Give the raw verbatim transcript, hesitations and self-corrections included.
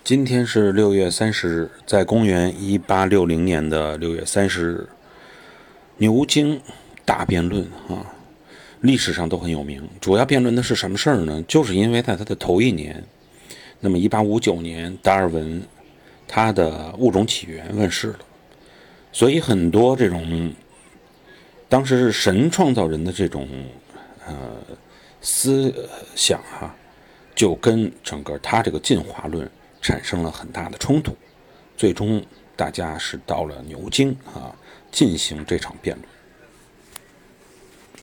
今天是六月三十日，在公元一八六零年的六月三十日，牛津大辩论啊，历史上都很有名。主要辩论的是什么事儿呢？就是因为在他的头一年，那么一八五九年，达尔文他的《物种起源》问世了，所以很多这种当时是神创造人的这种呃思想哈、啊，就跟整个他这个进化论产生了很大的冲突，最终大家是到了牛津啊进行这场辩论。